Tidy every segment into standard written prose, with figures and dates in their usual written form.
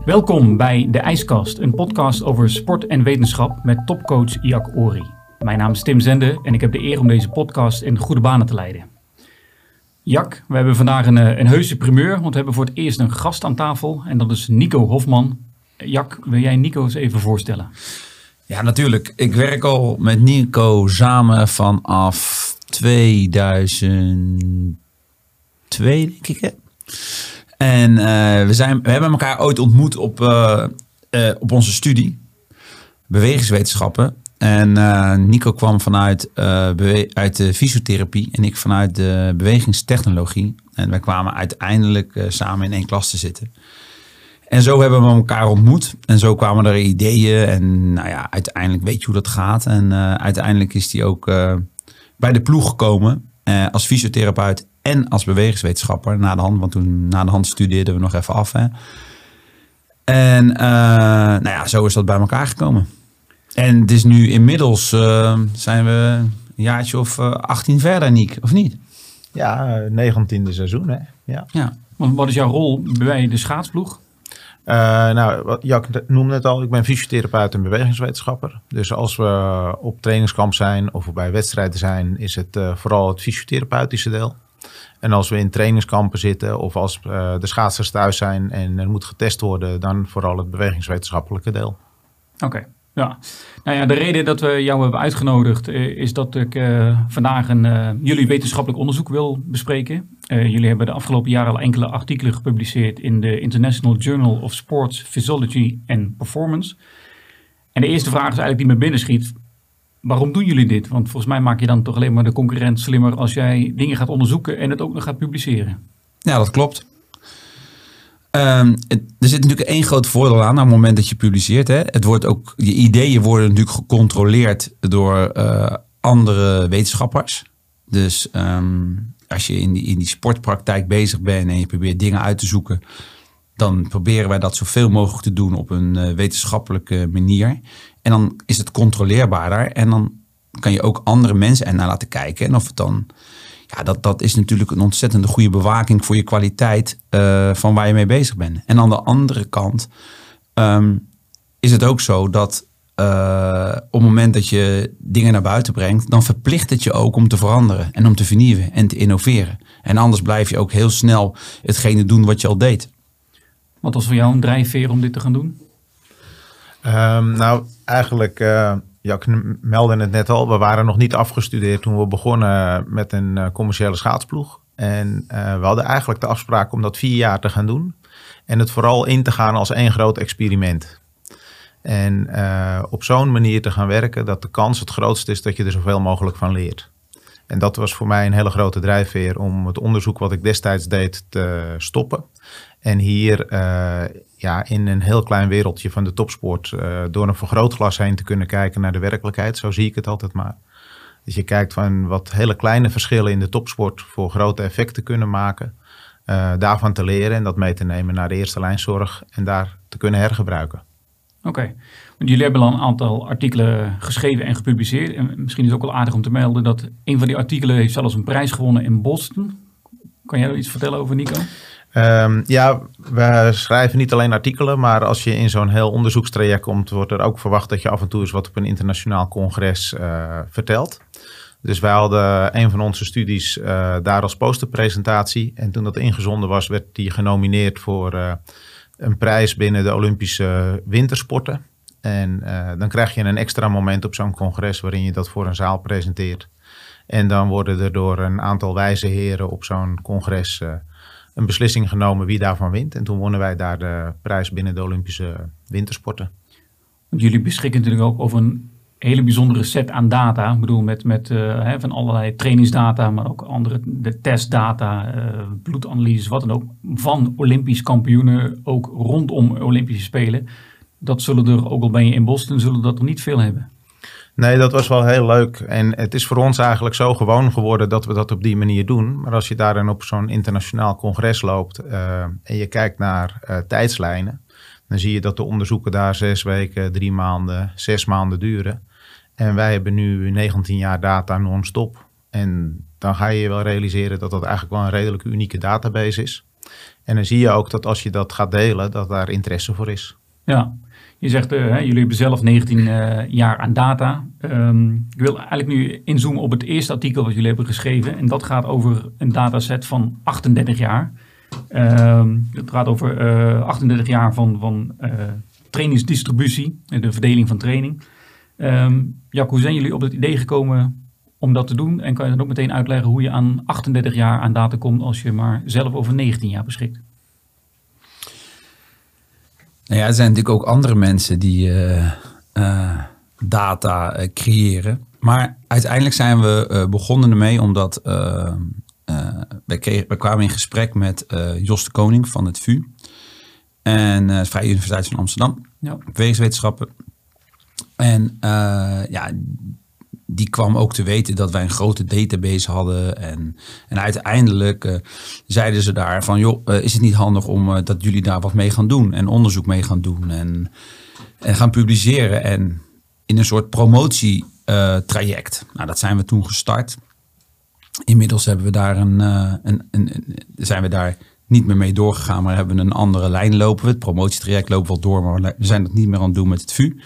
Welkom bij De IJskast, een podcast over sport en wetenschap met topcoach Jack Ory. Mijn naam is Tim Zende en ik heb de eer om deze podcast in goede banen te leiden. Jack, we hebben vandaag een heuse primeur, want we hebben voor het eerst een gast aan tafel en dat is Nico Hofman. Jack, wil jij Nico eens even voorstellen? Ja, natuurlijk. Ik werk al met Nico samen vanaf 2002, denk ik. Hè? En we hebben elkaar ooit ontmoet op onze studie, bewegingswetenschappen. En Nico kwam uit de fysiotherapie en ik vanuit de bewegingstechnologie. En wij kwamen uiteindelijk samen in één klas te zitten. En zo hebben we elkaar ontmoet. En zo kwamen er ideeën. En nou ja, uiteindelijk weet je hoe dat gaat. En uiteindelijk is hij ook bij de ploeg gekomen als fysiotherapeut en als bewegingswetenschapper na de hand. Want toen na de hand studeerden we nog even af. Hè. En nou ja, zo is dat bij elkaar gekomen. En het is nu inmiddels zijn we een jaartje of 18 verder, Niek, of niet? Ja, 19e seizoen, hè? Ja. Want wat is jouw rol bij de schaatsploeg? Wat Jack noemde het al, ik ben fysiotherapeut en bewegingswetenschapper. Dus als we op trainingskamp zijn of bij wedstrijden zijn, is het vooral het fysiotherapeutische deel. En als we in trainingskampen zitten of als de schaatsers thuis zijn en er moet getest worden, dan vooral het bewegingswetenschappelijke deel. Oké. Ja, nou ja, de reden dat we jou hebben uitgenodigd is dat ik vandaag jullie wetenschappelijk onderzoek wil bespreken. Jullie hebben de afgelopen jaren al enkele artikelen gepubliceerd in de International Journal of Sports Physiology and Performance. En de eerste vraag is eigenlijk die me binnenschiet. Waarom doen jullie dit? Want volgens mij maak je dan toch alleen maar de concurrent slimmer als jij dingen gaat onderzoeken en het ook nog gaat publiceren. Ja, dat klopt. Er zit natuurlijk één groot voordeel aan het moment dat je publiceert. Hè. Je ideeën worden natuurlijk gecontroleerd door andere wetenschappers. Dus als je in die sportpraktijk bezig bent en je probeert dingen uit te zoeken, dan proberen wij dat zoveel mogelijk te doen op een wetenschappelijke manier. En dan is het controleerbaarder en dan kan je ook andere mensen ernaar laten kijken. En of het dan... Ja, dat is natuurlijk een ontzettende goede bewaking voor je kwaliteit van waar je mee bezig bent. En aan de andere kant is het ook zo dat op het moment dat je dingen naar buiten brengt, dan verplicht het je ook om te veranderen en om te vernieuwen en te innoveren. En anders blijf je ook heel snel hetgene doen wat je al deed. Wat was voor jou een drijfveer om dit te gaan doen? Jack meldde het net al, we waren nog niet afgestudeerd toen we begonnen met een commerciële schaatsploeg. En we hadden eigenlijk de afspraak om dat 4 jaar te gaan doen. En het vooral in te gaan als één groot experiment. En op zo'n manier te gaan werken dat de kans het grootst is dat je er zoveel mogelijk van leert. En dat was voor mij een hele grote drijfveer om het onderzoek wat ik destijds deed te stoppen. En hier in een heel klein wereldje van de topsport door een vergrootglas heen te kunnen kijken naar de werkelijkheid. Zo zie ik het altijd maar. Dus je kijkt van wat hele kleine verschillen in de topsport voor grote effecten kunnen maken. Daarvan te leren en dat mee te nemen naar de eerste lijnzorg en daar te kunnen hergebruiken. Oké. Want jullie hebben al een aantal artikelen geschreven en gepubliceerd. En misschien is het ook wel aardig om te melden dat een van die artikelen heeft zelfs een prijs gewonnen in Boston. Kan jij iets vertellen over, Nico? We schrijven niet alleen artikelen, maar als je in zo'n heel onderzoekstraject komt, wordt er ook verwacht dat je af en toe eens wat op een internationaal congres vertelt. Dus wij hadden een van onze studies daar als posterpresentatie. En toen dat ingezonden was, werd die genomineerd voor een prijs binnen de Olympische wintersporten. En dan krijg je een extra moment op zo'n congres waarin je dat voor een zaal presenteert. En dan worden er door een aantal wijze heren op zo'n congres een beslissing genomen wie daarvan wint. En toen wonnen wij daar de prijs binnen de Olympische wintersporten. Want jullie beschikken natuurlijk ook over een hele bijzondere set aan data. Ik bedoel met van allerlei trainingsdata, maar ook andere de testdata, bloedanalyses, wat dan ook. Van Olympisch kampioenen, ook rondom Olympische Spelen. Dat zullen er, ook al ben je in Boston, zullen dat er niet veel hebben. Nee, dat was wel heel leuk. En het is voor ons eigenlijk zo gewoon geworden dat we dat op die manier doen. Maar als je daar dan op zo'n internationaal congres loopt en je kijkt naar tijdslijnen, dan zie je dat de onderzoeken daar 6 weken, 3 maanden, 6 maanden duren. En wij hebben nu 19 jaar data non-stop. En dan ga je wel realiseren dat dat eigenlijk wel een redelijk unieke database is. En dan zie je ook dat als je dat gaat delen, dat daar interesse voor is. Ja, je zegt, jullie hebben zelf 19 jaar aan data. Ik wil eigenlijk nu inzoomen op het eerste artikel wat jullie hebben geschreven. En dat gaat over een dataset van 38 jaar. Het gaat over 38 jaar van trainingsdistributie en de verdeling van training. Jack, hoe zijn jullie op het idee gekomen om dat te doen? En kan je dan ook meteen uitleggen hoe je aan 38 jaar aan data komt als je maar zelf over 19 jaar beschikt? Nou ja, er zijn natuurlijk ook andere mensen die data creëren. Maar uiteindelijk zijn we begonnen ermee omdat we kwamen in gesprek met Jos de Koning van het VU. En de Vrije Universiteit van Amsterdam. Ja. Bewegingswetenschappen. En die kwam ook te weten dat wij een grote database hadden. En uiteindelijk zeiden ze daar van, joh, is het niet handig om dat jullie daar wat mee gaan doen en onderzoek mee gaan doen en gaan publiceren en in een soort promotietraject. Nou, dat zijn we toen gestart. Inmiddels hebben we daar zijn we daar niet meer mee doorgegaan, maar hebben we een andere lijn lopen. Het promotietraject lopen wel door, maar we zijn dat niet meer aan het doen met het VU.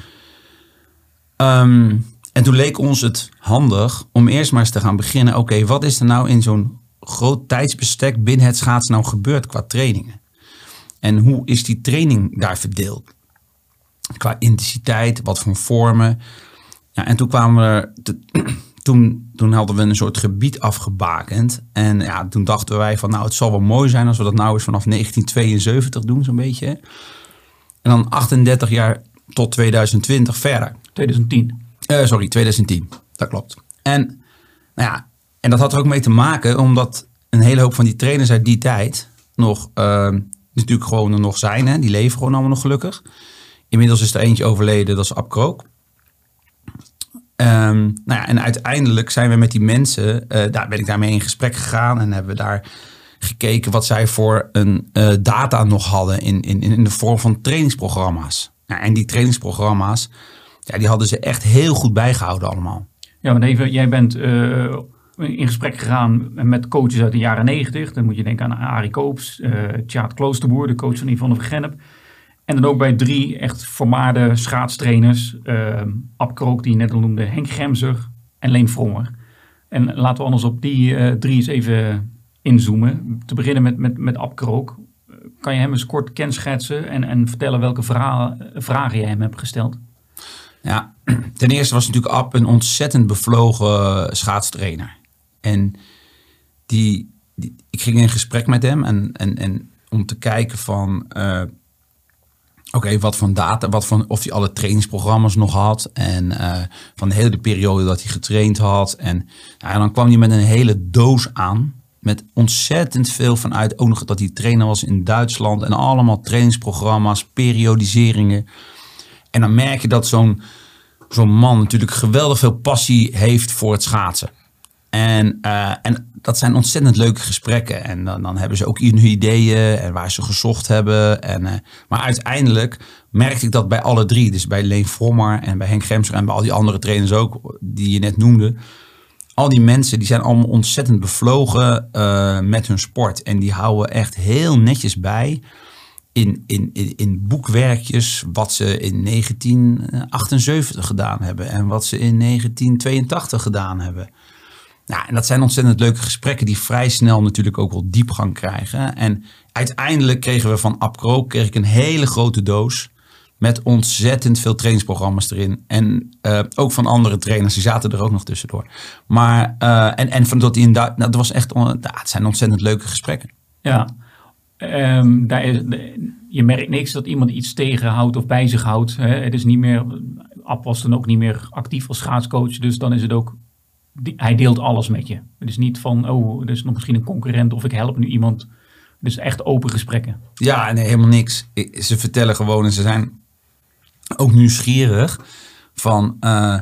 En toen leek ons het handig om eerst maar eens te gaan beginnen. Oké, wat is er nou in zo'n groot tijdsbestek binnen het schaatsen nou gebeurd qua trainingen? En hoe is die training daar verdeeld? Qua intensiteit, wat voor vormen. Ja, en toen kwamen we toen hadden we een soort gebied afgebakend. En ja, toen dachten wij van, nou, het zal wel mooi zijn als we dat nou eens vanaf 1972 doen, zo'n beetje. En dan 38 jaar tot 2020 verder. 2010. 2010, dat klopt. En, nou ja, en dat had er ook mee te maken, omdat een hele hoop van die trainers uit die tijd nog natuurlijk gewoon er nog zijn. Hè? Die leven gewoon allemaal nog gelukkig. Inmiddels is er eentje overleden, dat is Ab Krook. Nou ja, en uiteindelijk zijn we met die mensen, ben ik daarmee in gesprek gegaan en hebben we daar gekeken wat zij voor een data nog hadden in de vorm van trainingsprogramma's. Nou, en die trainingsprogramma's, ja, die hadden ze echt heel goed bijgehouden allemaal. Ja, maar even, jij bent in gesprek gegaan met coaches uit de jaren 90. Dan moet je denken aan Arie Koops, Tjaard Kloosterboer, de coach van Yvonne Vergennep. En dan ook bij 3 echt vermaarde schaatstrainers. Ab Krook, die je net al noemde, Henk Gemser en Leen Vrommer. En laten we anders op die 3 eens even inzoomen. Te beginnen met Ab Krook. Kan je hem eens kort kenschetsen en vertellen welke vragen je hem hebt gesteld? Ja, ten eerste was natuurlijk Ab een ontzettend bevlogen schaatstrainer. En ik ging in gesprek met hem en om te kijken van oké, wat voor data, of hij alle trainingsprogramma's nog had. En van de hele periode dat hij getraind had. En dan kwam hij met een hele doos aan. Met ontzettend veel vanuit. Ook nog dat hij trainer was in Duitsland. En allemaal trainingsprogramma's, periodiseringen. En dan merk je dat zo'n man natuurlijk geweldig veel passie heeft voor het schaatsen. En dat zijn ontzettend leuke gesprekken. En dan hebben ze ook hun ideeën en waar ze gezocht hebben. Maar uiteindelijk merkte ik dat bij alle 3. Dus bij Leen Vrommer en bij Henk Gemser en bij al die andere trainers ook, die je net noemde. Al die mensen die zijn allemaal ontzettend bevlogen met hun sport. En die houden echt heel netjes bij in boekwerkjes wat ze in 1978 gedaan hebben. En wat ze in 1982 gedaan hebben. Nou, en dat zijn ontzettend leuke gesprekken die vrij snel natuurlijk ook wel diepgang krijgen. En uiteindelijk kregen we van Ab Krook een hele grote doos met ontzettend veel trainingsprogramma's erin. En ook van andere trainers, die zaten er ook nog tussendoor. Maar, dat was echt, het zijn ontzettend leuke gesprekken. Ja, je merkt niks dat iemand iets tegenhoudt of bij zich houdt. Hè. Het is niet meer, Ab was dan ook niet meer actief als schaatscoach, dus dan is het ook, hij deelt alles met je. Het is niet van, er is nog misschien een concurrent of ik help nu iemand. Dus echt open gesprekken. Ja, nee, helemaal niks. Ze vertellen gewoon en ze zijn ook nieuwsgierig van,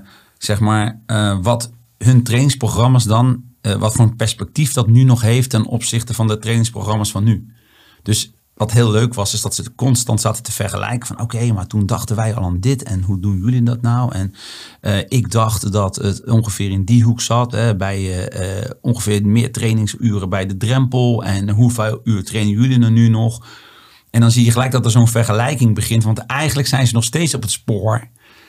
wat hun trainingsprogramma's dan, wat voor een perspectief dat nu nog heeft ten opzichte van de trainingsprogramma's van nu. Dus wat heel leuk was, is dat ze constant zaten te vergelijken van oké, maar toen dachten wij al aan dit en hoe doen jullie dat nou? En ik dacht dat het ongeveer in die hoek zat, bij ongeveer meer trainingsuren bij de drempel en hoeveel uur trainen jullie er nu nog? En dan zie je gelijk dat er zo'n vergelijking begint, want eigenlijk zijn ze nog steeds op het spoor.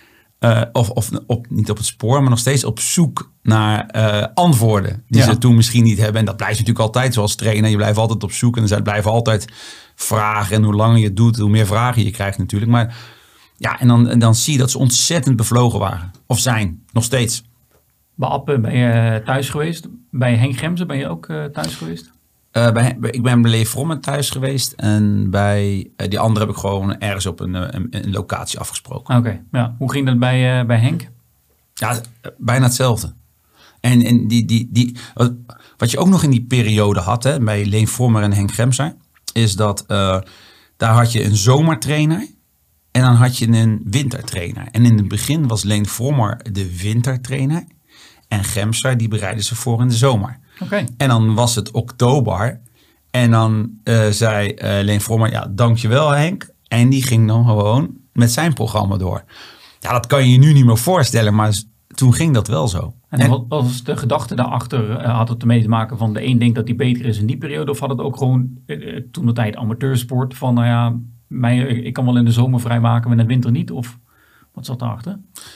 Niet op het spoor, maar nog steeds op zoek naar antwoorden die ze toen misschien niet hebben. En dat blijft natuurlijk altijd zoals trainer. Je blijft altijd op zoek en er blijven altijd vragen. En hoe langer je het doet, hoe meer vragen je krijgt natuurlijk. Maar ja, en dan zie je dat ze ontzettend bevlogen waren. Of zijn, nog steeds. Bij Appe ben je thuis geweest. Bij Henk Gemse ben je ook thuis geweest? Ik ben bij Leen Frommer thuis geweest. En bij die andere heb ik gewoon ergens op een locatie afgesproken. Oké, ja. Hoe ging dat bij Henk? Ja, bijna hetzelfde. En wat je ook nog in die periode had, hè, bij Leen Frommer en Henk Gemser, is dat daar had je een zomertrainer en dan had je een wintertrainer. En in het begin was Leen Frommer de wintertrainer en Gemser die bereidde ze voor in de zomer. Okay. En dan was het oktober en dan zei Leen Frommer, ja, dankjewel Henk. En die ging dan gewoon met zijn programma door. Ja, dat kan je je nu niet meer voorstellen, maar toen ging dat wel zo. En wat was de gedachte daarachter? Had het ermee te maken van de een denkt dat hij beter is in die periode? Of had het ook gewoon toen de tijd amateursport van, nou ja, ik kan wel in de zomer vrijmaken, maar in de winter niet? Of wat zat daarachter?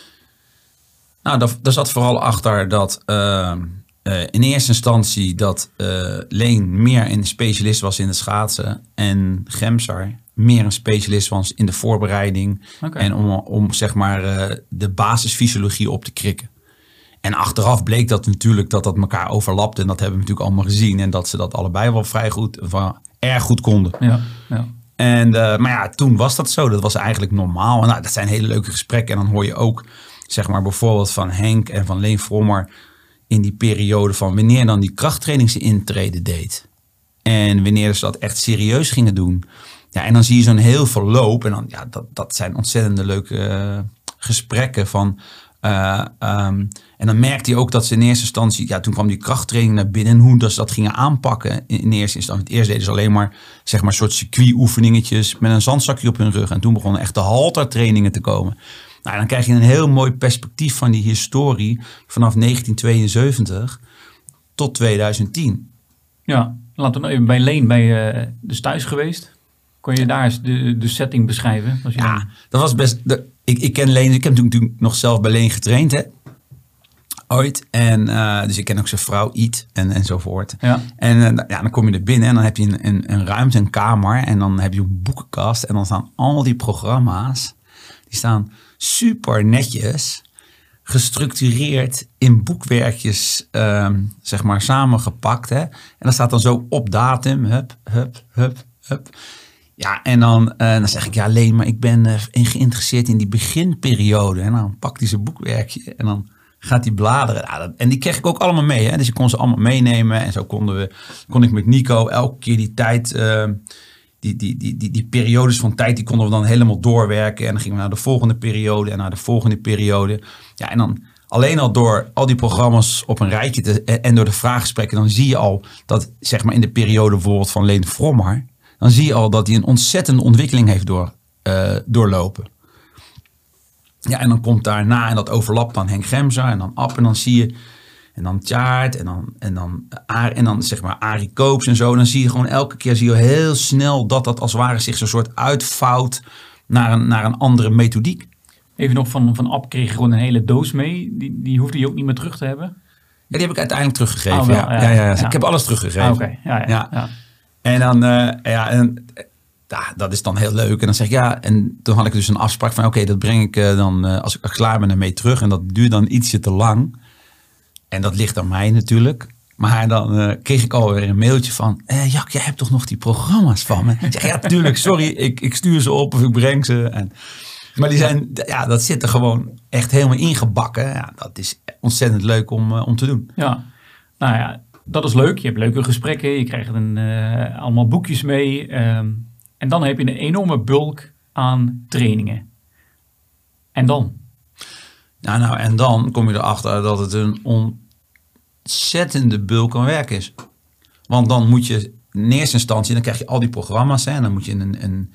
Nou, daar zat vooral achter dat in eerste instantie dat Leen meer een specialist was in de schaatsen en Gemser meer een specialist was in de voorbereiding en om zeg maar de basisfysiologie op te krikken. En achteraf bleek dat natuurlijk dat elkaar overlapte en dat hebben we natuurlijk allemaal gezien en dat ze dat allebei wel erg goed konden. Ja. En, maar ja, toen was dat zo. Dat was eigenlijk normaal. En, nou, dat zijn hele leuke gesprekken. En dan hoor je ook, zeg maar, bijvoorbeeld van Henk en van Leen Frommer in die periode van wanneer dan die krachttraining zijn intrede deed. En wanneer ze dat echt serieus gingen doen. Ja, en dan zie je zo'n heel verloop. En dan, ja, dat zijn ontzettende leuke gesprekken van. En dan merkte hij ook dat ze in eerste instantie, ja, toen kwam die krachttraining naar binnen en hoe ze dat gingen aanpakken in eerste instantie. Het eerst deden ze alleen maar, zeg maar, soort circuitoefeningetjes met een zandzakje op hun rug. En toen begonnen echt de haltertrainingen te komen. Nou, dan krijg je een heel mooi perspectief van die historie vanaf 1972 tot 2010. Ja, laten we nou even bij Leen, ben je dus thuis geweest? Kon je daar eens de setting beschrijven? Ja, dat was best. Ik ken Leen, ik heb natuurlijk nog zelf bij Leen getraind, hè? Ooit. En dus ik ken ook zijn vrouw, Iet enzovoort. Ja. En dan kom je er binnen en dan heb je een ruimte, een kamer. En dan heb je een boekenkast. En dan staan al die programma's. Die staan super netjes, gestructureerd in boekwerkjes, zeg maar, samengepakt. Hè? En dat staat dan zo op datum. Hup. Ja, en dan zeg ik, ja, Leen, maar ik ben geïnteresseerd in die beginperiode. En dan pakt hij zijn boekwerkje en dan gaat hij bladeren. Ja, en die kreeg ik ook allemaal mee. Hè? Dus je kon ze allemaal meenemen. En zo kon ik met Nico elke keer die tijd, die periodes van tijd, die konden we dan helemaal doorwerken. En dan gingen we naar de volgende periode en naar de volgende periode. Ja, en dan alleen al door al die programma's op een rijtje en door de vraaggesprekken, dan zie je al dat, zeg maar, in de periode bijvoorbeeld van Leen Frommer, dan zie je al dat hij een ontzettende ontwikkeling heeft doorlopen. Ja, en dan komt daarna, en dat overlapt dan Henk Gemser en dan App, en dan zie je, en dan Tjaard, en dan zeg maar Arie Koops en zo. Dan zie je gewoon elke keer heel snel dat als het ware zich zo'n soort uitvouwt naar een andere methodiek. Even nog van App kreeg je gewoon een hele doos mee. Die hoefde je ook niet meer terug te hebben? Ja, die heb ik uiteindelijk teruggegeven. Oh, wel, ja. Ik heb alles teruggegeven. Oké. Ja. En dan, dat is dan heel leuk. En dan zeg ik, ja, en toen had ik dus een afspraak van, oké, dat breng ik dan, als ik klaar ben, ermee terug. En dat duurt dan ietsje te lang. En dat ligt aan mij natuurlijk. Maar dan kreeg ik alweer een mailtje van, Jack, jij hebt toch nog die programma's van me? Ik zeg, ja, tuurlijk, sorry, ik stuur ze op of ik breng ze. Maar die zijn, ja, dat zit er gewoon echt helemaal ingebakken. Ja, dat is ontzettend leuk om te doen. Ja, nou ja, dat is leuk. Je hebt leuke gesprekken. Je krijgt allemaal boekjes mee. En dan heb je een enorme bulk aan trainingen. En dan? Nou, en dan kom je erachter dat het een ontzettende bulk aan werk is. Want dan moet je in eerste instantie, dan krijg je al die programma's. Hè, en dan moet je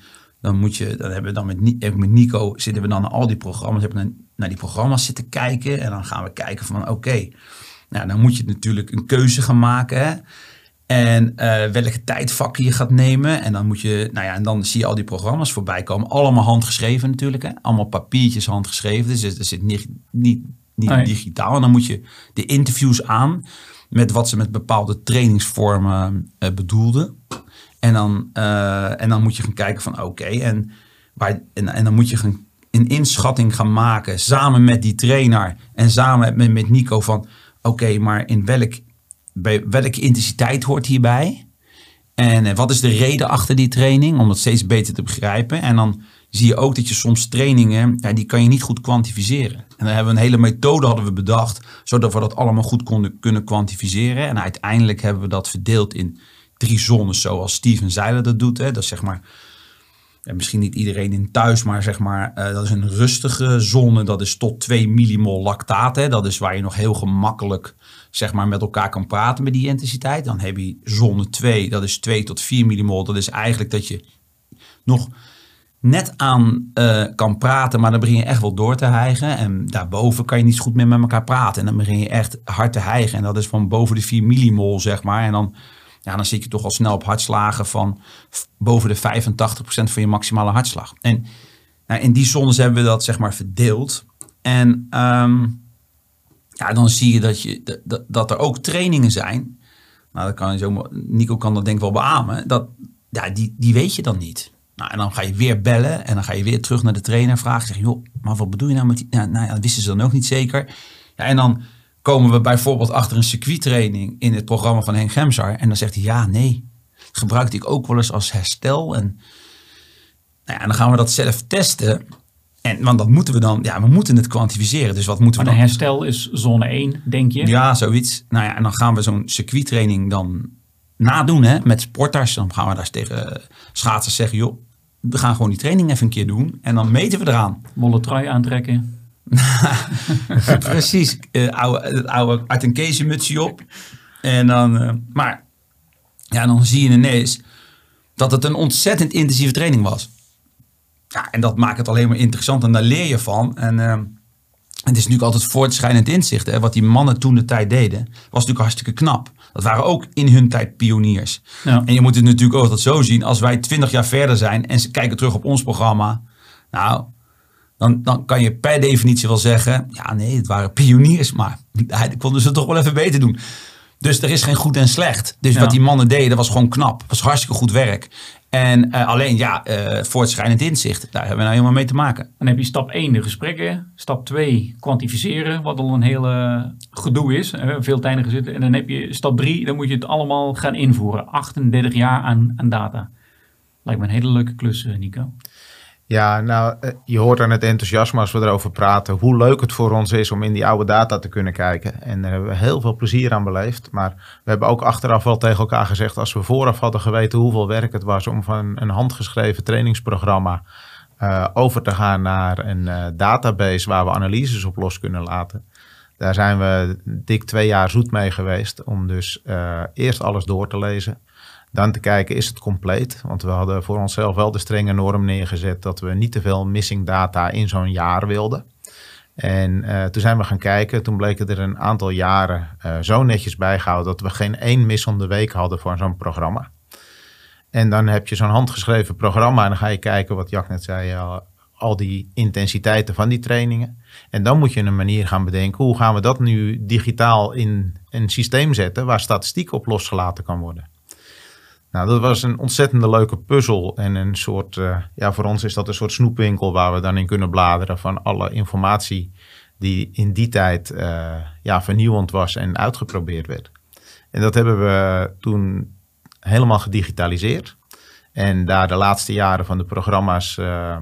dan hebben we dan met Nico zitten we dan naar al die programma's, hebben we naar die programma's zitten kijken. En dan gaan we kijken van oké, nou, dan moet je natuurlijk een keuze gaan maken. Hè? En welke tijdvakken je gaat nemen. En dan moet je, en dan zie je al die programma's voorbij komen. Allemaal handgeschreven natuurlijk. Hè? Allemaal papiertjes handgeschreven. Dus er zit niet digitaal. En dan moet je de interviews aan met wat ze met bepaalde trainingsvormen bedoelden. En dan moet je gaan kijken van oké. En dan moet je een inschatting gaan maken samen met die trainer. En samen met Nico van oké, maar bij welke intensiteit hoort hierbij? En wat is de reden achter die training? Om dat steeds beter te begrijpen. En dan zie je ook dat je soms trainingen, die kan je niet goed kwantificeren. En dan hebben we een hele methode bedacht, zodat we dat allemaal goed kunnen kwantificeren. En uiteindelijk hebben we dat verdeeld in 3 zones, zoals Steven Zeiler dat doet. Hè. Dat is zeg maar, misschien niet iedereen in thuis, maar zeg maar, dat is een rustige zone. Dat is tot 2 millimol lactaat. Hè. Dat is waar je nog heel gemakkelijk zeg maar, met elkaar kan praten met die intensiteit. Dan heb je zone 2, dat is 2 tot 4 millimol. Dat is eigenlijk dat je nog net aan kan praten, maar dan begin je echt wel door te hijgen. En daarboven kan je niet zo goed meer met elkaar praten. En dan begin je echt hard te hijgen. En dat is van boven de 4 millimol, zeg maar. En dan zit je toch al snel op hartslagen van boven de 85% van je maximale hartslag. En in die zones hebben we dat zeg maar verdeeld. En dan zie je dat er ook trainingen zijn. Nou, dat kan je zo, Nico kan dat denk ik wel beamen. Die weet je dan niet. Nou, en dan ga je weer bellen en dan ga je weer terug naar de trainer vragen. Zeg je, joh, maar wat bedoel je nou met die? Dat wisten ze dan ook niet zeker. Ja, en dan komen we bijvoorbeeld achter een circuittraining in het programma van Henk Gemsar. En dan zegt hij, nee, dat gebruikte ik ook wel eens als herstel. En dan gaan we dat zelf testen. Want dat moeten we dan, we moeten het kwantificeren. Dus wat moeten we dan? Maar de herstel is zone 1, denk je? Ja, zoiets. En dan gaan we zo'n circuittraining dan nadoen, hè, met sporters. Dan gaan we daar tegen schaatsers zeggen, joh, we gaan gewoon die training even een keer doen. En dan meten we eraan. Wollen trui aantrekken. Precies. Het oude Art en Kees mutsje op. En dan, dan zie je ineens dat het een ontzettend intensieve training was. Ja, en dat maakt het alleen maar interessant en daar leer je van. En het is natuurlijk altijd voortschrijdend inzicht. Hè? Wat die mannen toen de tijd deden, was natuurlijk hartstikke knap. Dat waren ook in hun tijd pioniers. Ja. En je moet het natuurlijk ook altijd zo zien. Als wij 20 jaar verder zijn en ze kijken terug op ons programma. Nou, dan kan je per definitie wel zeggen, het waren pioniers. Maar konden ze toch wel even beter doen. Dus er is geen goed en slecht. Dus wat die mannen deden, was gewoon knap. Dat was hartstikke goed werk. En alleen, voortschrijdend inzicht. Daar hebben we nou helemaal mee te maken. Dan heb je stap 1 de gesprekken. Stap 2 kwantificeren. Wat al een hele gedoe is. Veel tijd in gezeten. En dan heb je stap 3. Dan moet je het allemaal gaan invoeren. 38 jaar aan data. Lijkt me een hele leuke klus, Nico. Ja, nou, je hoort aan het enthousiasme als we erover praten hoe leuk het voor ons is om in die oude data te kunnen kijken. En daar hebben we heel veel plezier aan beleefd. Maar we hebben ook achteraf wel tegen elkaar gezegd, als we vooraf hadden geweten hoeveel werk het was om van een handgeschreven trainingsprogramma over te gaan naar een database waar we analyses op los kunnen laten. Daar zijn we dik 2 jaar zoet mee geweest om dus eerst alles door te lezen. Dan te kijken, is het compleet? Want we hadden voor onszelf wel de strenge norm neergezet dat we niet te veel missing data in zo'n jaar wilden. En toen zijn we gaan kijken. Toen bleken er een aantal jaren zo netjes bijgehouden dat we geen 1 missende week hadden voor zo'n programma. En dan heb je zo'n handgeschreven programma en dan ga je kijken, wat Jack net zei, al die intensiteiten van die trainingen. En dan moet je een manier gaan bedenken, hoe gaan we dat nu digitaal in een systeem zetten waar statistiek op losgelaten kan worden. Nou, dat was een ontzettende leuke puzzel en een soort, voor ons is dat een soort snoepwinkel waar we dan in kunnen bladeren van alle informatie die in die tijd vernieuwend was en uitgeprobeerd werd. En dat hebben we toen helemaal gedigitaliseerd en daar de laatste jaren van de programma's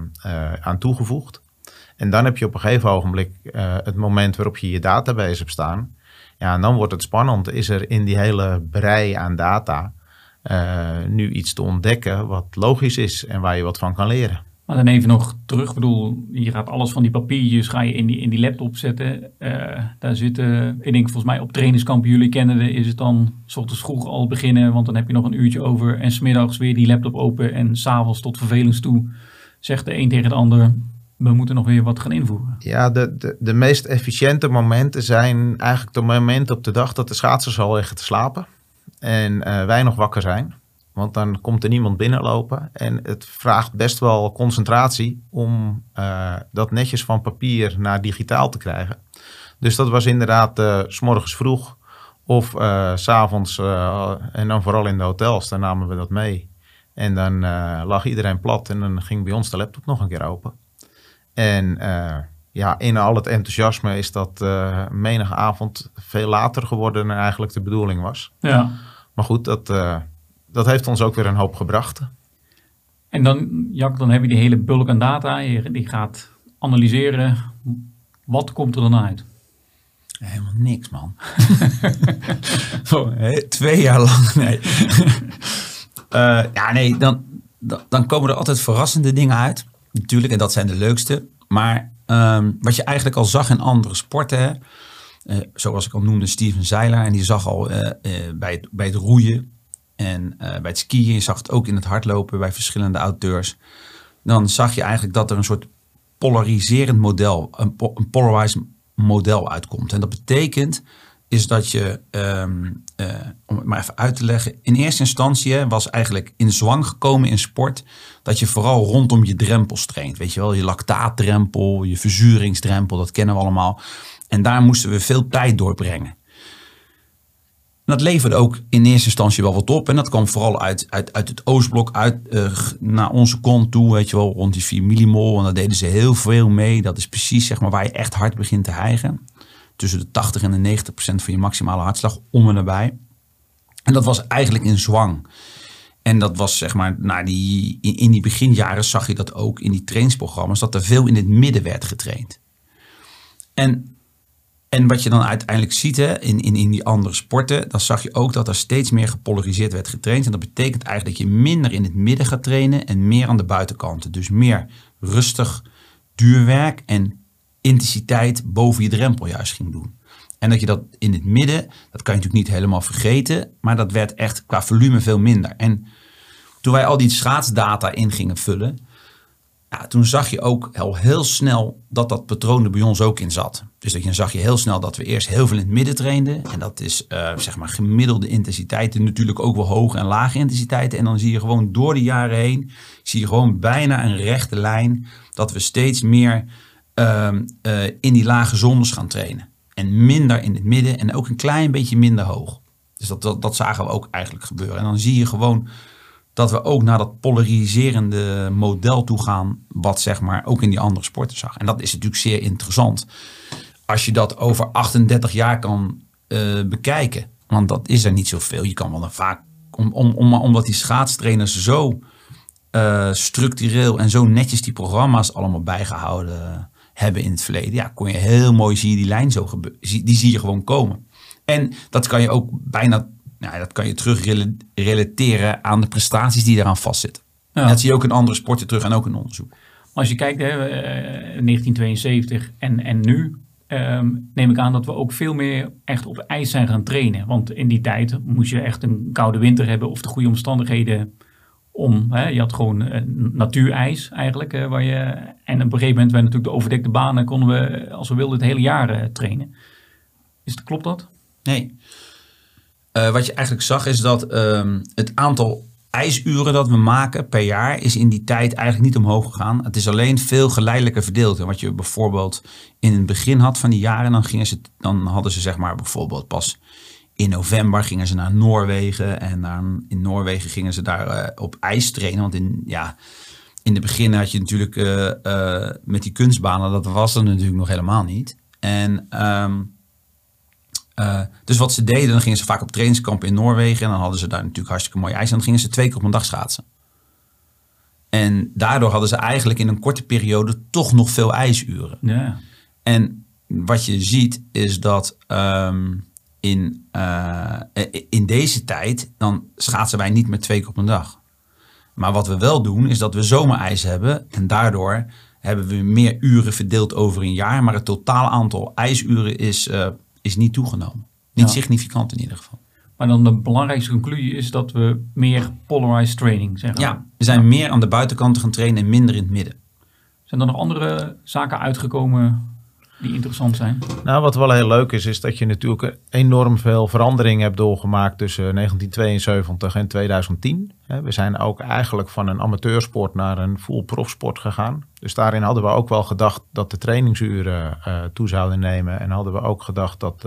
aan toegevoegd. En dan heb je op een gegeven ogenblik het moment waarop je je database hebt staan. Ja, en dan wordt het spannend. Is er in die hele brei aan data nu iets te ontdekken wat logisch is en waar je wat van kan leren. Maar dan even nog terug. Ik bedoel, je gaat alles van die papiertjes ga je in die laptop zetten. Daar zitten, ik denk volgens mij op trainingskampen, jullie kennen het, is het dan 's ochtends vroeg al beginnen. Want dan heb je nog een uurtje over. En 's middags weer die laptop open. En 's avonds tot vervelens toe zegt de een tegen de ander, we moeten nog weer wat gaan invoeren. Ja, de meest efficiënte momenten zijn eigenlijk de momenten op de dag dat de schaatsers al liggen te slapen. En wij nog wakker zijn. Want dan komt er niemand binnenlopen. En het vraagt best wel concentratie om dat netjes van papier naar digitaal te krijgen. Dus dat was inderdaad 's morgens vroeg of 's avonds en dan vooral in de hotels. Dan namen we dat mee. En dan lag iedereen plat en dan ging bij ons de laptop nog een keer open. En in al het enthousiasme is dat menige avond veel later geworden dan eigenlijk de bedoeling was. Ja. Maar goed, dat heeft ons ook weer een hoop gebracht. En dan, Jack, dan heb je die hele bulk aan data. Die gaat analyseren. Wat komt er dan uit? Helemaal niks, man. 2 jaar lang, nee. Dan komen er altijd verrassende dingen uit. Natuurlijk, en dat zijn de leukste. Maar wat je eigenlijk al zag in andere sporten, zoals ik al noemde, Steven Zeiler, en die zag al bij het roeien en bij het skiën, je zag het ook in het hardlopen bij verschillende auteurs. Dan zag je eigenlijk dat er een soort polariserend model, een polarized model uitkomt. En dat betekent is dat je, om het maar even uit te leggen, in eerste instantie was eigenlijk in zwang gekomen in sport dat je vooral rondom je drempels traint. Weet je wel, je lactaatdrempel, je verzuringsdrempel, dat kennen we allemaal. En daar moesten we veel tijd doorbrengen. En dat leverde ook in eerste instantie wel wat op. En dat kwam vooral uit het Oostblok, naar onze kont toe, weet je wel, rond die 4 millimol. En daar deden ze heel veel mee. Dat is precies zeg maar waar je echt hard begint te hijgen. Tussen de 80 en de 90% van je maximale hartslag, om en nabij. En dat was eigenlijk in zwang. En dat was zeg maar, in die beginjaren zag je dat ook in die trainingsprogramma's, dat er veel in het midden werd getraind. En wat je dan uiteindelijk ziet in die andere sporten, dan zag je ook dat er steeds meer gepolariseerd werd getraind. En dat betekent eigenlijk dat je minder in het midden gaat trainen en meer aan de buitenkanten. Dus meer rustig duurwerk en intensiteit boven je drempel juist ging doen. En dat je dat in het midden, dat kan je natuurlijk niet helemaal vergeten, maar dat werd echt qua volume veel minder. En toen wij al die schaatsdata in gingen vullen, toen zag je ook al heel snel dat patroon er bij ons ook in zat. Dus dan zag je heel snel dat we eerst heel veel in het midden trainden. En dat is zeg maar gemiddelde intensiteiten, natuurlijk ook wel hoge en lage intensiteiten. En dan zie je gewoon door de jaren heen, zie je gewoon bijna een rechte lijn, dat we steeds meer in die lage zones gaan trainen. En minder in het midden en ook een klein beetje minder hoog. Dus dat zagen we ook eigenlijk gebeuren. En dan zie je gewoon dat we ook naar dat polariserende model toe gaan, wat zeg maar ook in die andere sporten zag. En dat is natuurlijk zeer interessant. Als je dat over 38 jaar kan bekijken. Want dat is er niet zoveel. Je kan wel dan vaak, omdat die schaatstrainers zo structureel en zo netjes die programma's allemaal bijgehouden hebben in het verleden. Ja, kon je heel mooi zien die lijn zo gebeuren. Die zie je gewoon komen. En dat kan je ook bijna, dat kan je terug relateren aan de prestaties die daaraan vastzitten. Ja. En dat zie je ook in andere sporten terug en ook in onderzoek. Als je kijkt, 1972 en nu, neem ik aan dat we ook veel meer echt op ijs zijn gaan trainen. Want in die tijd moest je echt een koude winter hebben of de goede omstandigheden je had gewoon natuurijs eigenlijk. En op een gegeven moment werden natuurlijk de overdekte banen, konden we, als we wilden, het hele jaar trainen. Klopt dat? Nee. Wat je eigenlijk zag is dat het aantal ijsuren dat we maken per jaar is in die tijd eigenlijk niet omhoog gegaan. Het is alleen veel geleidelijker verdeeld. En wat je bijvoorbeeld in het begin had van die jaren, dan hadden ze zeg maar bijvoorbeeld pas in november gingen ze naar Noorwegen. En in Noorwegen gingen ze daar op ijs trainen. Want in het begin had je natuurlijk met die kunstbanen, dat was er natuurlijk nog helemaal niet. En dus wat ze deden, dan gingen ze vaak op trainingskampen in Noorwegen. En dan hadden ze daar natuurlijk hartstikke mooi ijs. En dan gingen ze 2 keer op een dag schaatsen. En daardoor hadden ze eigenlijk in een korte periode toch nog veel ijsuren. Ja. En wat je ziet is dat in deze tijd, dan schaatsen wij niet meer 2 keer op een dag. Maar wat we wel doen, is dat we zomerijs hebben. En daardoor hebben we meer uren verdeeld over een jaar. Maar het totale aantal ijsuren is niet toegenomen. Niet significant in ieder geval. Maar dan de belangrijkste conclusie is dat we meer polarized training zeggen. Ja, we zijn meer aan de buitenkant gaan trainen en minder in het midden. Zijn er nog andere zaken uitgekomen die interessant zijn? Nou, wat wel heel leuk is dat je natuurlijk enorm veel verandering hebt doorgemaakt tussen 1972 en 2010. We zijn ook eigenlijk van een amateursport naar een full profsport gegaan. Dus daarin hadden we ook wel gedacht dat de trainingsuren toe zouden nemen. En hadden we ook gedacht dat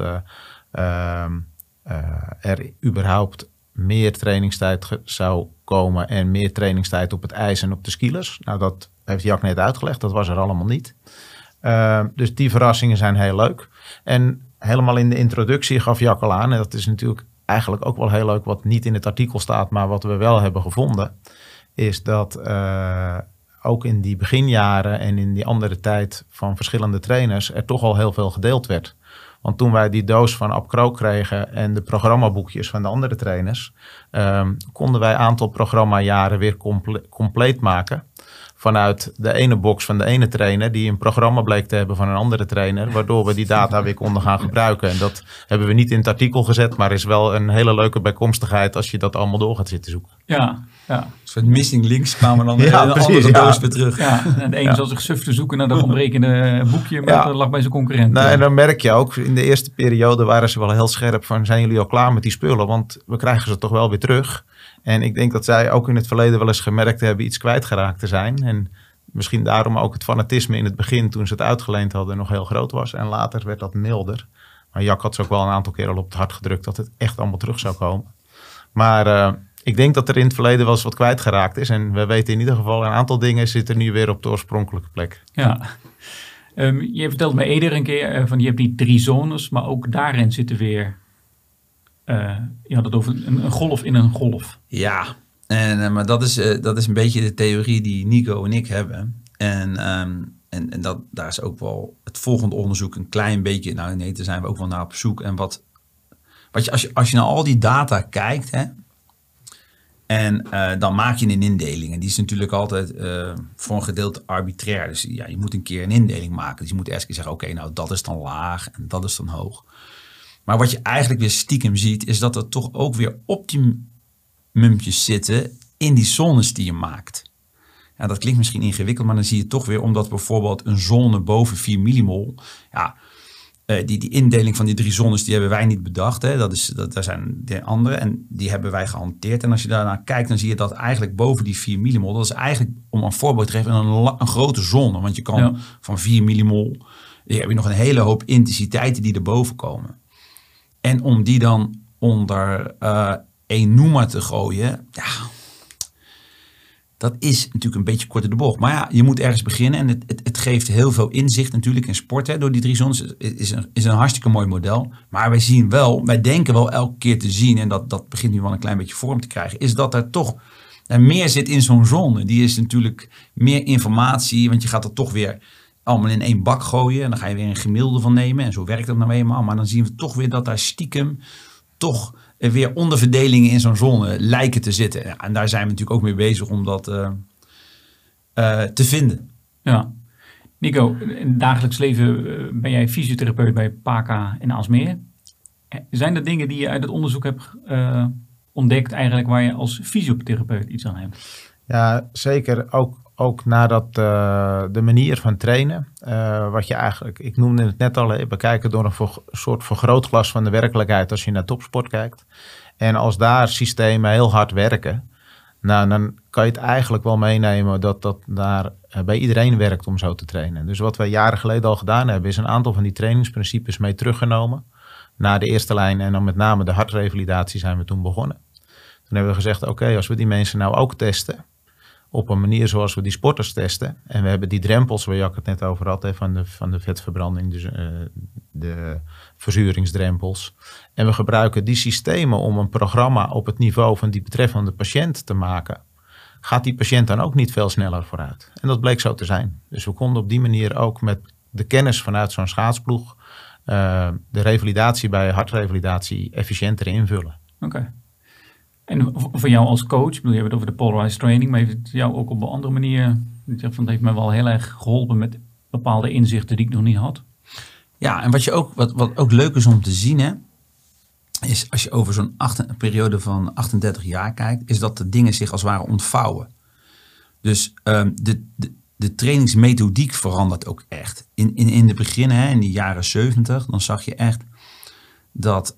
er überhaupt meer trainingstijd zou komen en meer trainingstijd op het ijs en op de skilers. Nou, dat heeft Jack net uitgelegd. Dat was er allemaal niet. Dus die verrassingen zijn heel leuk. En helemaal in de introductie gaf Jack al aan, en dat is natuurlijk eigenlijk ook wel heel leuk wat niet in het artikel staat, maar wat we wel hebben gevonden, is dat ook in die beginjaren en in die andere tijd van verschillende trainers er toch al heel veel gedeeld werd. Want toen wij die doos van Ab Krook kregen en de programmaboekjes van de andere trainers, konden wij een aantal programmajaren weer compleet maken. Vanuit de ene box van de ene trainer die een programma bleek te hebben van een andere trainer, waardoor we die data weer konden gaan gebruiken. En dat hebben we niet in het artikel gezet, maar is wel een hele leuke bijkomstigheid als je dat allemaal door gaat zitten zoeken. Ja. Een soort missing links kwamen dan in een andere doos weer terug. Ja, en de ene zal zich suf te zoeken naar dat ontbrekende boekje, maar dat lag bij zijn concurrent. Nou, en dan merk je ook, in de eerste periode waren ze wel heel scherp van, zijn jullie al klaar met die spullen? Want we krijgen ze toch wel weer terug. En ik denk dat zij ook in het verleden wel eens gemerkt hebben iets kwijtgeraakt te zijn. En misschien daarom ook het fanatisme in het begin, toen ze het uitgeleend hadden, nog heel groot was. En later werd dat milder. Maar Jack had ze ook wel een aantal keer al op het hart gedrukt dat het echt allemaal terug zou komen. Maar ik denk dat er in het verleden wel eens wat kwijtgeraakt is. En we weten in ieder geval, een aantal dingen zitten nu weer op de oorspronkelijke plek. Ja. Je vertelde me eerder een keer van je hebt die 3 zones, maar ook daarin zitten weer... je had het over een golf in een golf. Ja, maar dat is een beetje de theorie die Nico en ik hebben. En daar is ook wel het volgende onderzoek een klein beetje... Nou nee, daar zijn we ook wel naar op zoek. En als je naar al die data kijkt... Hè, en dan maak je een indeling. En die is natuurlijk altijd voor een gedeelte arbitrair. Dus ja, je moet een keer een indeling maken. Dus je moet eerst zeggen, oké, nou dat is dan laag en dat is dan hoog. Maar wat je eigenlijk weer stiekem ziet, is dat er toch ook weer optimumpjes zitten in die zones die je maakt. Ja, dat klinkt misschien ingewikkeld, maar dan zie je toch weer, omdat bijvoorbeeld een zone boven 4 millimol, ja, die indeling van die 3 zones, die hebben wij niet bedacht. Hè. Daar zijn de andere en die hebben wij gehanteerd. En als je daarnaar kijkt, dan zie je dat eigenlijk boven die 4 millimol, dat is eigenlijk, om een voorbeeld te geven, een grote zone. Want je kan van 4 millimol, heb je nog een hele hoop intensiteiten die erboven komen. En om die dan onder één noemer te gooien, ja, dat is natuurlijk een beetje kort in de bocht. Maar ja, je moet ergens beginnen en het geeft heel veel inzicht natuurlijk in sport. Hè, door die 3 zones is een hartstikke mooi model. Maar wij denken wel elke keer te zien, en dat begint nu wel een klein beetje vorm te krijgen, is dat er toch meer zit in zo'n zone. Die is natuurlijk meer informatie, want je gaat er toch weer allemaal in één bak gooien. En dan ga je weer een gemiddelde van nemen. En zo werkt dat nou eenmaal. Maar dan zien we toch weer dat daar stiekem toch weer onderverdelingen in zo'n zone lijken te zitten. Ja, en daar zijn we natuurlijk ook mee bezig om dat te vinden. Ja. Nico, in het dagelijks leven ben jij fysiotherapeut bij PACA in Aalsmeer. Zijn er dingen die je uit het onderzoek hebt ontdekt eigenlijk waar je als fysiotherapeut iets aan hebt? Ja, zeker. Ook nadat de manier van trainen, wat je eigenlijk, ik noemde het net al, we kijken door een soort vergrootglas van de werkelijkheid als je naar topsport kijkt. En als daar systemen heel hard werken, nou, dan kan je het eigenlijk wel meenemen dat daar bij iedereen werkt om zo te trainen. Dus wat wij jaren geleden al gedaan hebben, is een aantal van die trainingsprincipes mee teruggenomen naar de eerste lijn. En dan met name de hartrevalidatie zijn we toen begonnen. Toen hebben we gezegd, oké, als we die mensen nou ook testen, op een manier zoals we die sporters testen. En we hebben die drempels waar Jack het net over had, hè, van de vetverbranding, dus de verzuringsdrempels. En we gebruiken die systemen om een programma op het niveau van die betreffende patiënt te maken. Gaat die patiënt dan ook niet veel sneller vooruit? En dat bleek zo te zijn. Dus we konden op die manier ook met de kennis vanuit zo'n schaatsploeg de revalidatie bij hartrevalidatie efficiënter invullen. Oké. En voor jou als coach, ik bedoel, je hebt het over de polarized training, maar heeft het jou ook op een andere manier, ik zeg van, het heeft me wel heel erg geholpen met bepaalde inzichten die ik nog niet had? Ja, en wat ook leuk is om te zien, hè, is als je over zo'n periode van 38 jaar kijkt, is dat de dingen zich als het ware ontvouwen. Dus de trainingsmethodiek verandert ook echt. In de begin, hè, in de jaren 70, dan zag je echt dat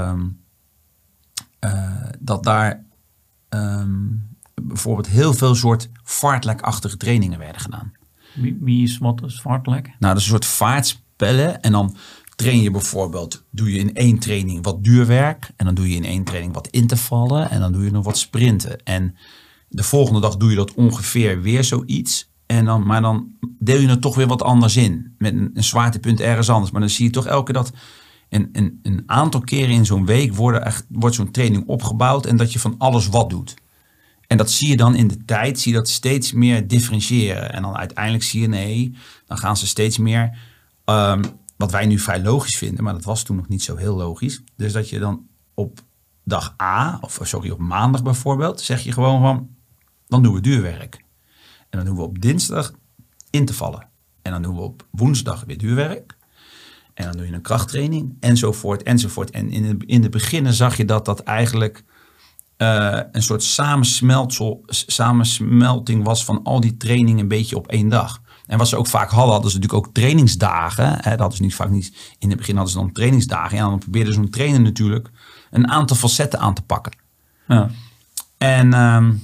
daar bijvoorbeeld heel veel soort fartlek-achtige trainingen werden gedaan. Wie is wat is fartlek? Nou, dat is een soort vaartspellen. En dan train je bijvoorbeeld, doe je in 1 training wat duurwerk. En dan doe je in 1 training wat intervallen. En dan doe je nog wat sprinten. En de volgende dag doe je dat ongeveer weer zoiets. Maar dan deel je het toch weer wat anders in. Met een zwaartepunt ergens anders. Maar dan zie je toch elke keer dat een aantal keren in zo'n week wordt zo'n training opgebouwd. En dat je van alles wat doet. En dat zie je dan in de tijd, zie je dat steeds meer differentiëren. En dan uiteindelijk zie je, dan gaan ze steeds meer, wat wij nu vrij logisch vinden, maar dat was toen nog niet zo heel logisch. Dus dat je dan op dag A, op maandag bijvoorbeeld, zeg je gewoon van, dan doen we duurwerk. En dan doen we op dinsdag intervallen. En dan doen we op woensdag weer duurwerk. En dan doe je een krachttraining, enzovoort, enzovoort. En in het begin zag je dat eigenlijk een soort samensmelting was van al die trainingen een beetje op 1 dag. En wat ze ook vaak hadden ze natuurlijk ook trainingsdagen. Hè, dat hadden ze vaak niet. In het begin hadden ze dan trainingsdagen. En dan probeerde zo'n trainer natuurlijk een aantal facetten aan te pakken. Ja. En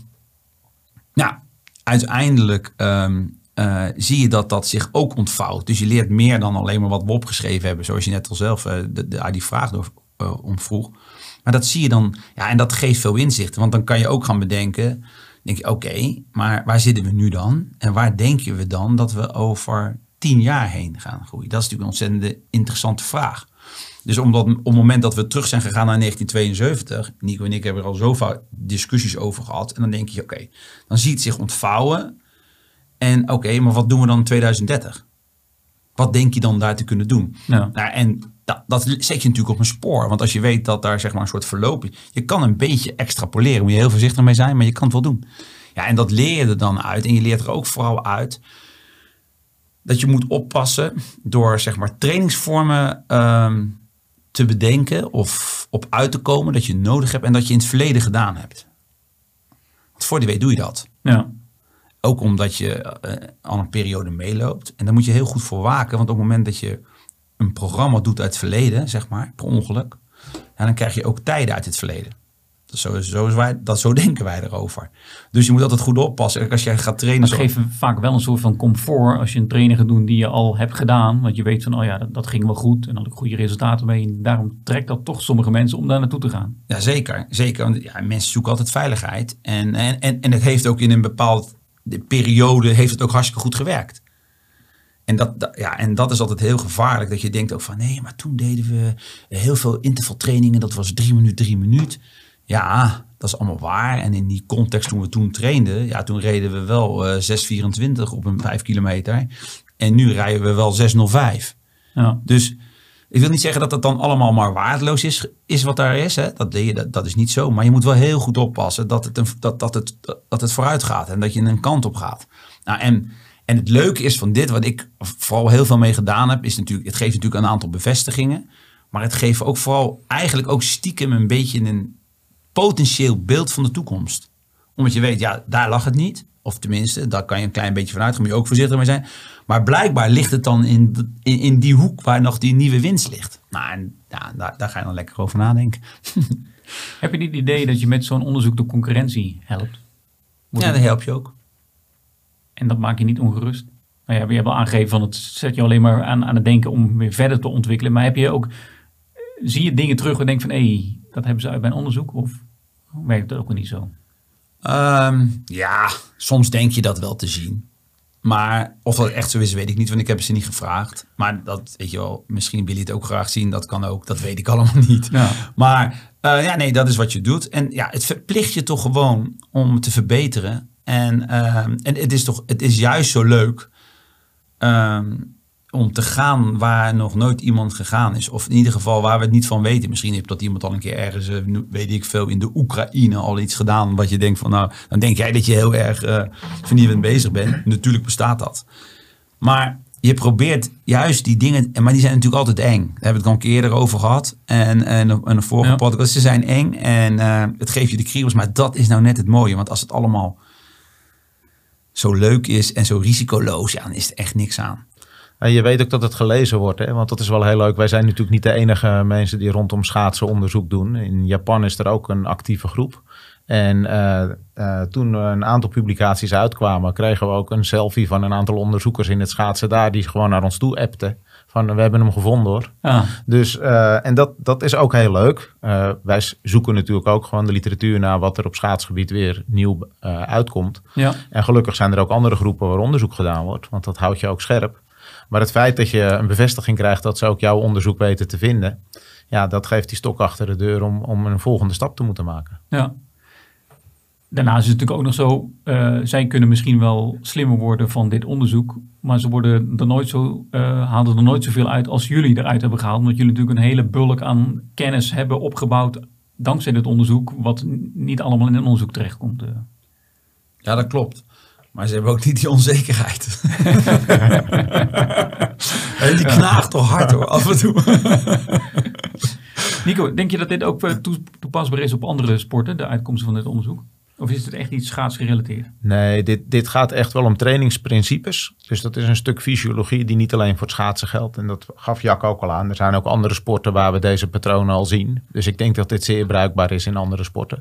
uiteindelijk zie je dat zich ook ontvouwt. Dus je leert meer dan alleen maar wat we opgeschreven hebben. Zoals je net al zelf die vraag om vroeg. Maar dat zie je dan, en dat geeft veel inzichten. Want dan kan je ook gaan bedenken, oké, maar waar zitten we nu dan? En waar denken we dan dat we over 10 jaar heen gaan groeien? Dat is natuurlijk een ontzettend interessante vraag. Dus op het moment dat we terug zijn gegaan naar 1972, Nico en ik hebben er al zo vaak discussies over gehad. En dan denk je, oké, dan zie je het zich ontvouwen. En oké, maar wat doen we dan in 2030? Wat denk je dan daar te kunnen doen? Ja. Nou, en dat zet je natuurlijk op een spoor. Want als je weet dat daar zeg maar een soort verloop is. Je kan een beetje extrapoleren. Moet je heel voorzichtig mee zijn. Maar je kan het wel doen. Ja, en dat leer je er dan uit. En je leert er ook vooral uit dat je moet oppassen door zeg maar trainingsvormen te bedenken. Of op uit te komen dat je nodig hebt. En dat je in het verleden gedaan hebt. Want voor die weet doe je dat. Ja. Ook omdat je al een periode meeloopt. En daar moet je heel goed voor waken. Want op het moment dat je een programma doet uit het verleden, zeg maar, per ongeluk, dan krijg je ook tijden uit het verleden. Zo denken wij erover. Dus je moet altijd goed oppassen. Als jij gaat trainen. Dat geeft vaak wel een soort van comfort als je een training gaat doen die je al hebt gedaan. Want je weet van, dat ging wel goed en had ik goede resultaten mee. En daarom trekt dat toch sommige mensen om daar naartoe te gaan. Ja, zeker. Want mensen zoeken altijd veiligheid. En het heeft ook in een bepaald periode heeft het ook hartstikke goed gewerkt. En dat is altijd heel gevaarlijk. Dat je denkt ook van nee, maar toen deden we heel veel intervaltrainingen. Dat was 3 minuut. Ja, dat is allemaal waar. En in die context toen we toen trainden. Toen reden we wel 6:24 op een 5 kilometer. En nu rijden we wel 6:05. Ja. Dus ik wil niet zeggen dat het dan allemaal maar waardeloos is wat daar is. Hè? Dat is niet zo. Maar je moet wel heel goed oppassen dat het vooruit gaat. En dat je een kant op gaat. Nou, en het leuke is van dit, wat ik vooral heel veel mee gedaan heb, is natuurlijk, het geeft natuurlijk een aantal bevestigingen. Maar het geeft ook vooral eigenlijk ook stiekem een beetje een potentieel beeld van de toekomst. Omdat je weet, daar lag het niet. Of tenminste, daar kan je een klein beetje van uitgaan. Moet je ook voorzichtig mee zijn. Maar blijkbaar ligt het dan in die hoek waar nog die nieuwe winst ligt. Nou, en daar ga je dan lekker over nadenken. Heb je niet het idee dat je met zo'n onderzoek de concurrentie helpt? Dat help je ook. En dat maakt je niet ongerust? Nou ja, je hebt al aangegeven van het zet je alleen maar aan het denken om weer verder te ontwikkelen. Maar zie je dingen terug en denk van dat hebben ze uit mijn onderzoek? Of werkt dat ook niet zo? Soms denk je dat wel te zien. Maar of dat echt zo is, weet ik niet, want ik heb ze niet gevraagd. Maar dat, weet je wel, misschien wil je het ook graag zien, dat kan ook, dat weet ik allemaal niet. Ja. Maar dat is wat je doet. En het verplicht je toch gewoon om te verbeteren. En het is juist zo leuk om te gaan waar nog nooit iemand gegaan is. Of in ieder geval waar we het niet van weten. Misschien heeft dat iemand al een keer ergens, weet ik veel, in de Oekraïne al iets gedaan. Wat je denkt van, nou, dan denk jij dat je heel erg vernieuwend bezig bent. Natuurlijk bestaat dat. Maar je probeert juist die dingen, maar die zijn natuurlijk altijd eng. Daar hebben we het al een keer eerder over gehad. En een vorige podcast, ze zijn eng en het geeft je de kriebels. Maar dat is nou net het mooie. Want als het allemaal zo leuk is en zo risicoloos, ja, dan is er echt niks aan. En je weet ook dat het gelezen wordt, hè? Want dat is wel heel leuk. Wij zijn natuurlijk niet de enige mensen die rondom schaatsen onderzoek doen. In Japan is er ook een actieve groep. En toen een aantal publicaties uitkwamen, kregen we ook een selfie van een aantal onderzoekers in het schaatsen daar, die gewoon naar ons toe appten. Van, we hebben hem gevonden hoor. Ah. Dus, en dat is ook heel leuk. Wij zoeken natuurlijk ook gewoon de literatuur naar wat er op schaatsgebied weer nieuw uitkomt. Ja. En gelukkig zijn er ook andere groepen waar onderzoek gedaan wordt, want dat houdt je ook scherp. Maar het feit dat je een bevestiging krijgt dat ze ook jouw onderzoek weten te vinden, ja, dat geeft die stok achter de deur om een volgende stap te moeten maken. Ja. Daarnaast is het natuurlijk ook nog zo, zij kunnen misschien wel slimmer worden van dit onderzoek, maar ze worden er nooit halen er nooit zoveel uit als jullie eruit hebben gehaald, omdat jullie natuurlijk een hele bulk aan kennis hebben opgebouwd dankzij dit onderzoek, wat niet allemaal in een onderzoek terechtkomt. Ja, dat klopt. Maar ze hebben ook niet die onzekerheid. En die knaagt toch hard hoor, af en toe. Nico, denk je dat dit ook toepasbaar is op andere sporten, de uitkomsten van dit onderzoek? Of is het echt iets schaatsgerelateerd? Nee, dit gaat echt wel om trainingsprincipes. Dus dat is een stuk fysiologie die niet alleen voor het schaatsen geldt. En dat gaf Jack ook al aan. Er zijn ook andere sporten waar we deze patronen al zien. Dus ik denk dat dit zeer bruikbaar is in andere sporten.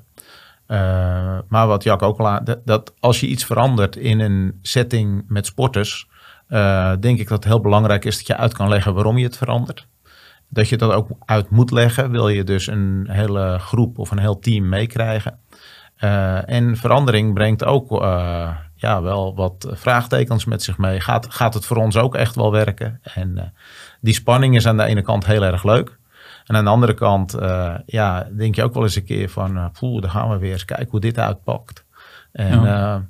Maar wat Jack ook al aan, dat als je iets verandert in een setting met sporters, denk ik dat het heel belangrijk is dat je uit kan leggen waarom je het verandert. Dat je dat ook uit moet leggen, wil je dus een hele groep of een heel team meekrijgen. En verandering brengt ook wel wat vraagtekens met zich mee. Gaat het voor ons ook echt wel werken? En die spanning is aan de ene kant heel erg leuk. En aan de andere kant denk je ook wel eens een keer van, daar gaan we weer eens kijken hoe dit uitpakt. En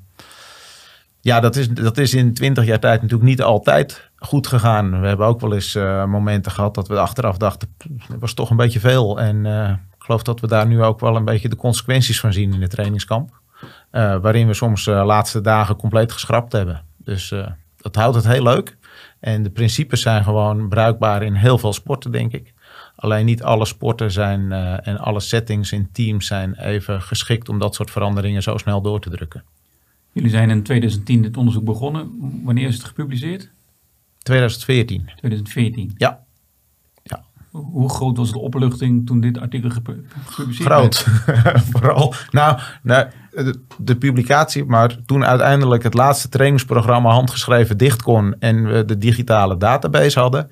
dat is in 20 jaar tijd natuurlijk niet altijd goed gegaan. We hebben ook wel eens momenten gehad dat we achteraf dachten, dat was toch een beetje veel. En ik geloof dat we daar nu ook wel een beetje de consequenties van zien in het trainingskamp. Waarin we soms de laatste dagen compleet geschrapt hebben. Dus dat houdt het heel leuk. En de principes zijn gewoon bruikbaar in heel veel sporten, denk ik. Alleen niet alle sporten zijn en alle settings in teams zijn even geschikt om dat soort veranderingen zo snel door te drukken. Jullie zijn in 2010 dit onderzoek begonnen. Wanneer is het gepubliceerd? 2014. 2014? Ja. Hoe groot was de opluchting toen dit artikel gepubliceerd werd? Groot. Vooral. Nou, de publicatie, maar toen uiteindelijk het laatste trainingsprogramma handgeschreven dicht kon en we de digitale database hadden,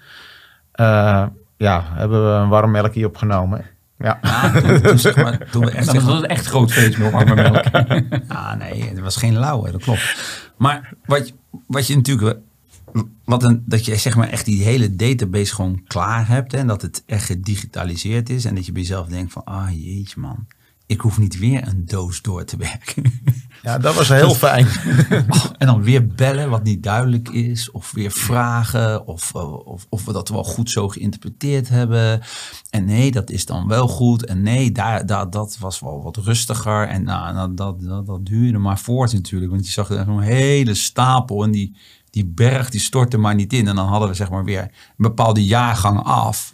hebben we een warm melkje opgenomen. Ja. Toen we echt, dat was een echt groot feest met warme melk. Nee, het was geen lauwe, dat klopt. Maar wat je natuurlijk, dat je zeg maar echt die hele database gewoon klaar hebt, hè, en dat het echt gedigitaliseerd is en dat je bij jezelf denkt van, jeetje man, ik hoef niet weer een doos door te werken. Ja, dat was heel fijn. En dan weer bellen wat niet duidelijk is. Of weer vragen. Of we dat wel goed zo geïnterpreteerd hebben. En nee, dat is dan wel goed. En nee, dat was wel wat rustiger. En dat duurde maar voort natuurlijk. Want je zag er zo'n hele stapel. En die berg die stortte maar niet in. En dan hadden we zeg maar weer een bepaalde jaargang af.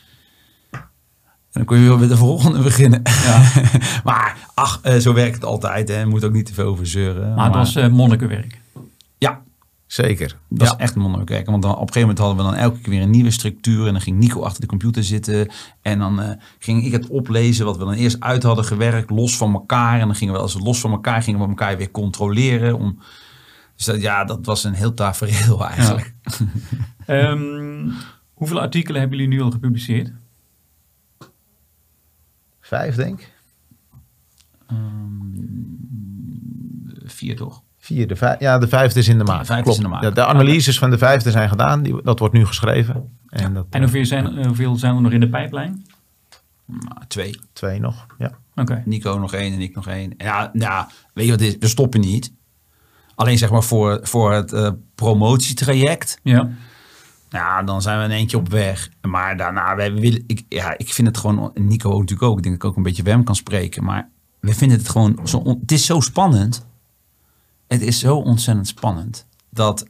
En dan kon je weer met de volgende beginnen. Ja. Maar zo werkt het altijd. Hè. Je moet ook niet te veel over zeuren. Maar het was monnikenwerk. Ja. Zeker. Dat is echt monnikenwerk. Want dan, op een gegeven moment hadden we dan elke keer weer een nieuwe structuur. En dan ging Nico achter de computer zitten. En dan ging ik het oplezen wat we dan eerst uit hadden gewerkt. Los van elkaar. En dan gingen we als we los van elkaar gingen we elkaar weer controleren. Dus dat was een heel tafereel eigenlijk. Ja. Hoeveel artikelen hebben jullie nu al gepubliceerd? 5, denk ik. 4 toch? 4, de 5e is in de maak. Klopt. Is in de maak. De analyses van de 5e zijn gedaan. Dat wordt nu geschreven. En hoeveel zijn er nog in de pijplijn? 2. 2 nog, ja. Okay. Nico nog 1 en ik nog 1. Ja, weet je wat het is? We stoppen niet. Alleen zeg maar voor het promotietraject. Ja. Ja, dan zijn we een eentje op weg. Maar daarna, ik vind het gewoon, Nico natuurlijk ook, ik denk dat ik ook een beetje bij hem kan spreken. Maar we vinden het gewoon, het is zo spannend. Het is zo ontzettend spannend. Dat,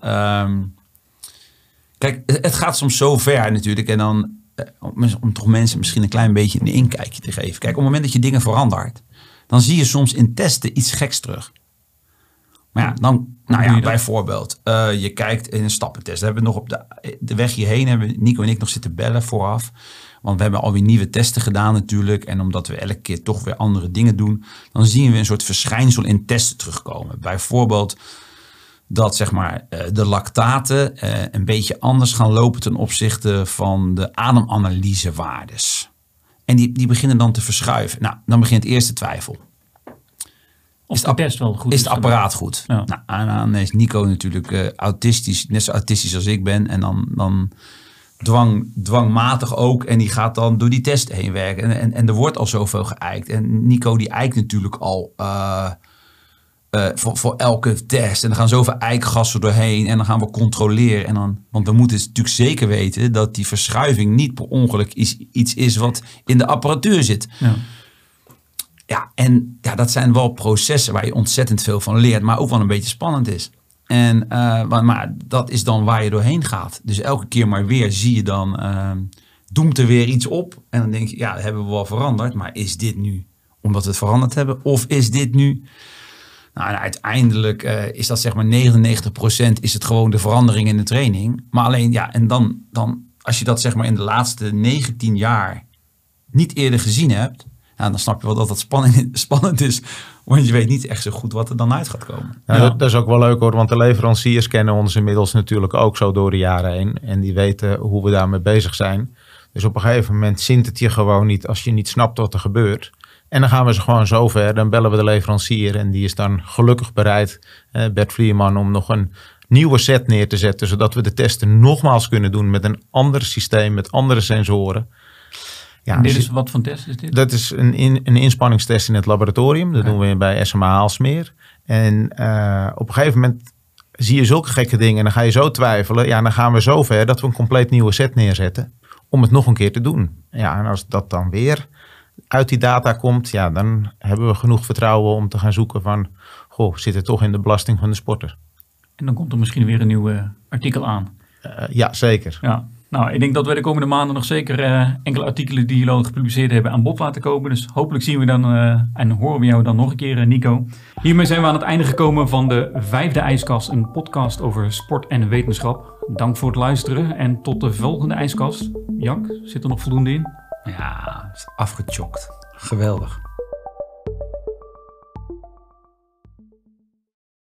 kijk, het gaat soms zo ver natuurlijk. En dan, om toch mensen misschien een klein beetje een inkijkje te geven. Kijk, op het moment dat je dingen verandert, dan zie je soms in testen iets geks terug. Maar ja, dan, bijvoorbeeld, je kijkt in een stappentest. Hebben we nog op de weg hierheen, hebben Nico en ik nog zitten bellen vooraf. Want we hebben alweer nieuwe testen gedaan natuurlijk. En omdat we elke keer toch weer andere dingen doen, dan zien we een soort verschijnsel in testen terugkomen. Bijvoorbeeld dat zeg maar de lactaten een beetje anders gaan lopen ten opzichte van de ademanalysewaardes. En die beginnen dan te verschuiven. Nou, dan begint de eerste twijfel. Is de test wel goed? Is het apparaat goed? Ja. Nou, en dan is Nico natuurlijk autistisch, net zo autistisch als ik ben. En dan dwangmatig ook. En die gaat dan door die test heen werken. En er wordt al zoveel geëikt. En Nico die eikt natuurlijk al voor elke test. En er gaan zoveel eikgassen doorheen. En dan gaan we controleren. Want we moeten natuurlijk zeker weten dat die verschuiving niet per ongeluk iets is wat in de apparatuur zit. Ja. Ja, en dat zijn wel processen waar je ontzettend veel van leert, maar ook wel een beetje spannend is. En, maar dat is dan waar je doorheen gaat. Dus elke keer maar weer zie je dan, doemt er weer iets op. En dan denk je, ja, dat hebben we wel veranderd. Maar is dit nu omdat we het veranderd hebben? Of is dit nu... Nou, en uiteindelijk is dat zeg maar 99% is het gewoon de verandering in de training. Maar alleen, ja, en dan als je dat zeg maar in de laatste 19 jaar niet eerder gezien hebt, ja, dan snap je wel dat dat spannend is. Want je weet niet echt zo goed wat er dan uit gaat komen. Nou, ja. Dat is ook wel leuk hoor, want de leveranciers kennen ons inmiddels natuurlijk ook zo door de jaren heen. En die weten hoe we daarmee bezig zijn. Dus op een gegeven moment zint het je gewoon niet als je niet snapt wat er gebeurt. En dan gaan we ze gewoon zo ver, dan bellen we de leverancier en die is dan gelukkig bereid, Bert Vlierman, om nog een nieuwe set neer te zetten. Zodat we de testen nogmaals kunnen doen met een ander systeem, met andere sensoren. Ja, dit is wat voor test is dit? Dat is een inspanningstest in het laboratorium. Dat doen we bij SMA Aalsmeer. En op een gegeven moment zie je zulke gekke dingen en dan ga je zo twijfelen. Ja, dan gaan we zo ver dat we een compleet nieuwe set neerzetten om het nog een keer te doen. Ja, en als dat dan weer uit die data komt, ja, dan hebben we genoeg vertrouwen om te gaan zoeken van, goh, zit het toch in de belasting van de sporter? En dan komt er misschien weer een nieuw artikel aan. Ja, zeker. Ja. Nou, ik denk dat we de komende maanden nog zeker enkele artikelen die jullie al gepubliceerd hebben aan bod laten komen. Dus hopelijk zien we dan en horen we jou dan nog een keer, Nico. Hiermee zijn we aan het einde gekomen van de 5e IJskast, een podcast over sport en wetenschap. Dank voor het luisteren en tot de volgende IJskast. Jank, zit er nog voldoende in? Ja, het is afgechokt. Geweldig.